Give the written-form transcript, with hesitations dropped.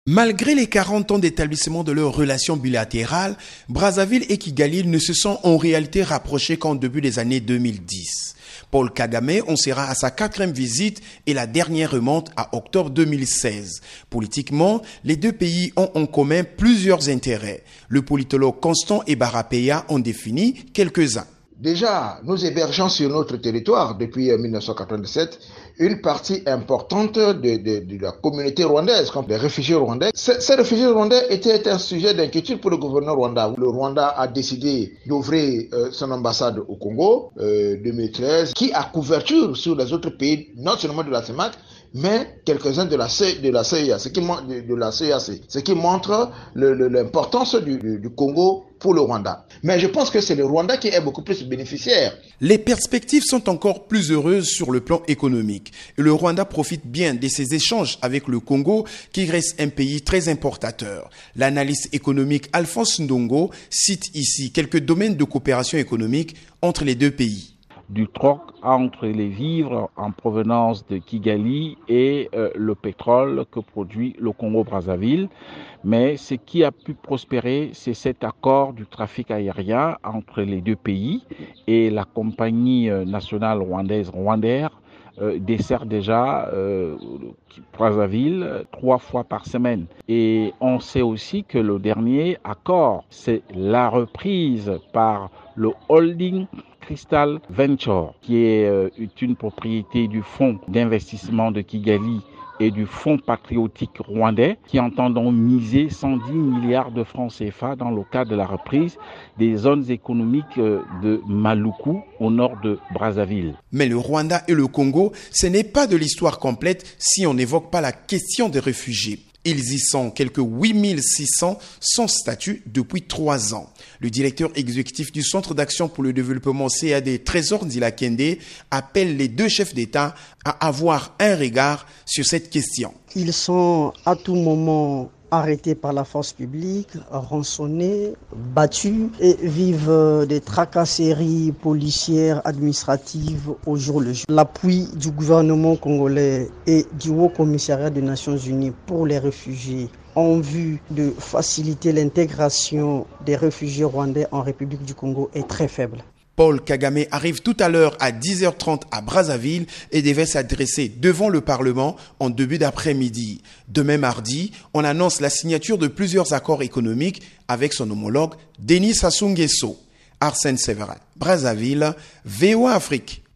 Malgré les 40 ans d'établissement de leurs relations bilatérales, Brazzaville et Kigali ne se sont en réalité rapprochés qu'en début des années 2010. Paul Kagame en sera à sa 4e visite et la dernière remonte à octobre 2016. Politiquement, les deux pays ont en commun plusieurs intérêts. Le politologue Constant Ebarapeya en définit quelques-uns. Déjà, nous hébergeons sur notre territoire depuis 1997 une partie importante de la communauté rwandaise, comme les réfugiés rwandais. Ces réfugiés rwandais étaient un sujet d'inquiétude pour le gouvernement rwandais. Le Rwanda a décidé d'ouvrir son ambassade au Congo 2013, qui a couverture sur les autres pays, non seulement de la CEMAC, mais quelques-uns de la CIA, ce qui montre l'importance du Congo pour le Rwanda. Mais je pense que c'est le Rwanda qui est beaucoup plus bénéficiaire. Les perspectives sont encore plus heureuses sur le plan économique. Et le Rwanda profite bien de ses échanges avec le Congo, qui reste un pays très importateur. L'analyste économique Alphonse Ndongo cite ici quelques domaines de coopération économique entre les deux pays. Du troc entre les vivres en provenance de Kigali et le pétrole que produit le Congo-Brazzaville. Mais ce qui a pu prospérer, c'est cet accord du trafic aérien entre les deux pays, et la compagnie nationale rwandaise Rwandair dessert déjà Brazzaville 3 fois par semaine. Et on sait aussi que le dernier accord, c'est la reprise par le holding Crystal Venture, qui est une propriété du fonds d'investissement de Kigali et du fonds patriotique rwandais, qui entendent miser 110 milliards de francs CFA dans le cadre de la reprise des zones économiques de Maluku au nord de Brazzaville. Mais le Rwanda et le Congo, ce n'est pas de l'histoire complète si on n'évoque pas la question des réfugiés. Ils y sont quelques 8600 sans statut depuis 3 ans. Le directeur exécutif du Centre d'action pour le développement CAD, Trésor Ndila Kende, appelle les deux chefs d'État à avoir un regard sur cette question. Ils sont à tout moment arrêtés par la force publique, rançonnés, battus et vivent des tracasseries policières, administratives au jour le jour. L'appui du gouvernement congolais et du Haut Commissariat des Nations Unies pour les réfugiés en vue de faciliter l'intégration des réfugiés rwandais en République du Congo est très faible. Paul Kagame arrive tout à l'heure à 10h30 à Brazzaville et devait s'adresser devant le Parlement en début d'après-midi. Demain mardi, on annonce la signature de plusieurs accords économiques avec son homologue Denis Sassou Nguesso. Arsène Séverin, Brazzaville, VOA Afrique.